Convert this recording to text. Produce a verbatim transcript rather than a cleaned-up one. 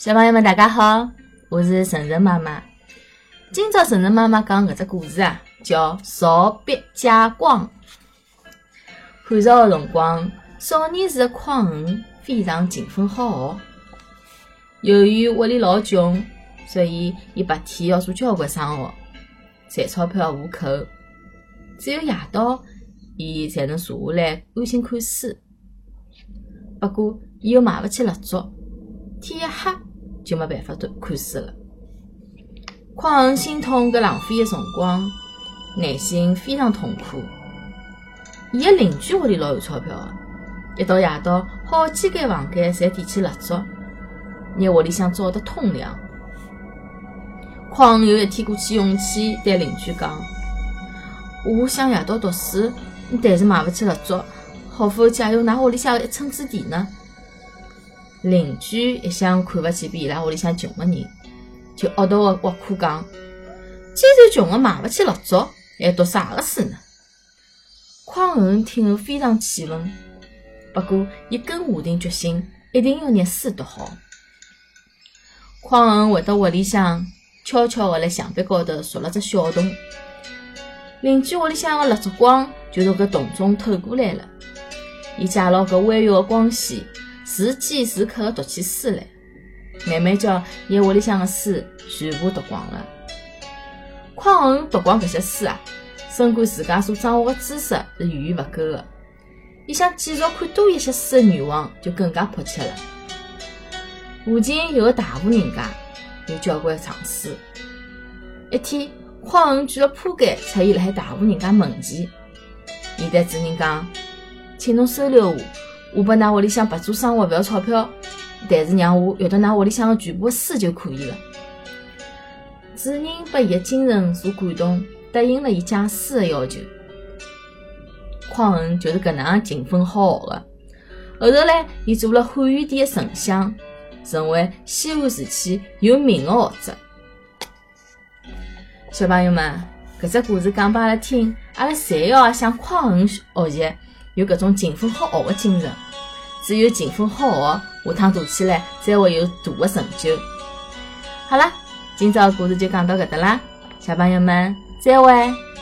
小朋友们大家好，我是晨晨妈妈。今朝晨晨妈妈讲搿只故事啊，叫曹逼借光。汉朝的辰光，少年时的匡衡非常勤奋好学。由于屋里老穷，所以伊白天要做交关生活，赚钞票糊口。只有夜到，伊才能坐下来安心看书。不过，伊又买勿起蜡烛，天一黑就没办法看书了。匡衡心痛搿浪费的辰光，内心非常痛苦。伊的邻居屋里老有钞票的，一到夜到，好几间房间侪点起蜡烛，拿屋里向照得通亮。匡衡有一天鼓起勇气对邻居讲：“我想夜到读书，但是买勿起蜡烛，好否借用㑚屋里向的一寸之地呢？”邻居一向看勿起比伊拉屋里向穷个人，就恶毒个挖苦讲：“既然穷个买勿起蜡烛，还读啥个书呢？”匡衡听后非常气愤，不过伊更下定决心，一定要拿书读好。匡衡回到屋里向，悄悄个辣墙壁高头凿了只小洞。邻居屋里向个蜡烛光就从搿洞中透过来了。伊借牢搿微弱个光线，自饥自渴个读起书来。慢慢叫伊屋里向个书全部读光了。匡衡读光搿些书啊，深感自家所掌握个知识是远远勿够个。伊想继续看多一些书的愿望就更加迫切了。附近有个大户人家，有交关藏书。一天，匡衡举了铺盖出现辣海大户人家门前。伊对主人讲：“请侬收留我，我拨㑚屋里向白做生活勿要钞票，但是让我阅读㑚屋里向的全部书就可以了。”主人被伊的精神所感动，答应了伊借书的要求。匡衡就是搿能样勤奋好学的。后头来，伊做了汉语殿的丞相，成为西汉时期有名的学者。小朋友们，搿只故事讲拨阿拉听，阿拉侪要向匡衡学习，有搿种勤奋好学的精神。只有勤奋好学，下趟大起来才会有大的成就。好啦，今朝的故事就讲到搿搭啦，小朋友们再会。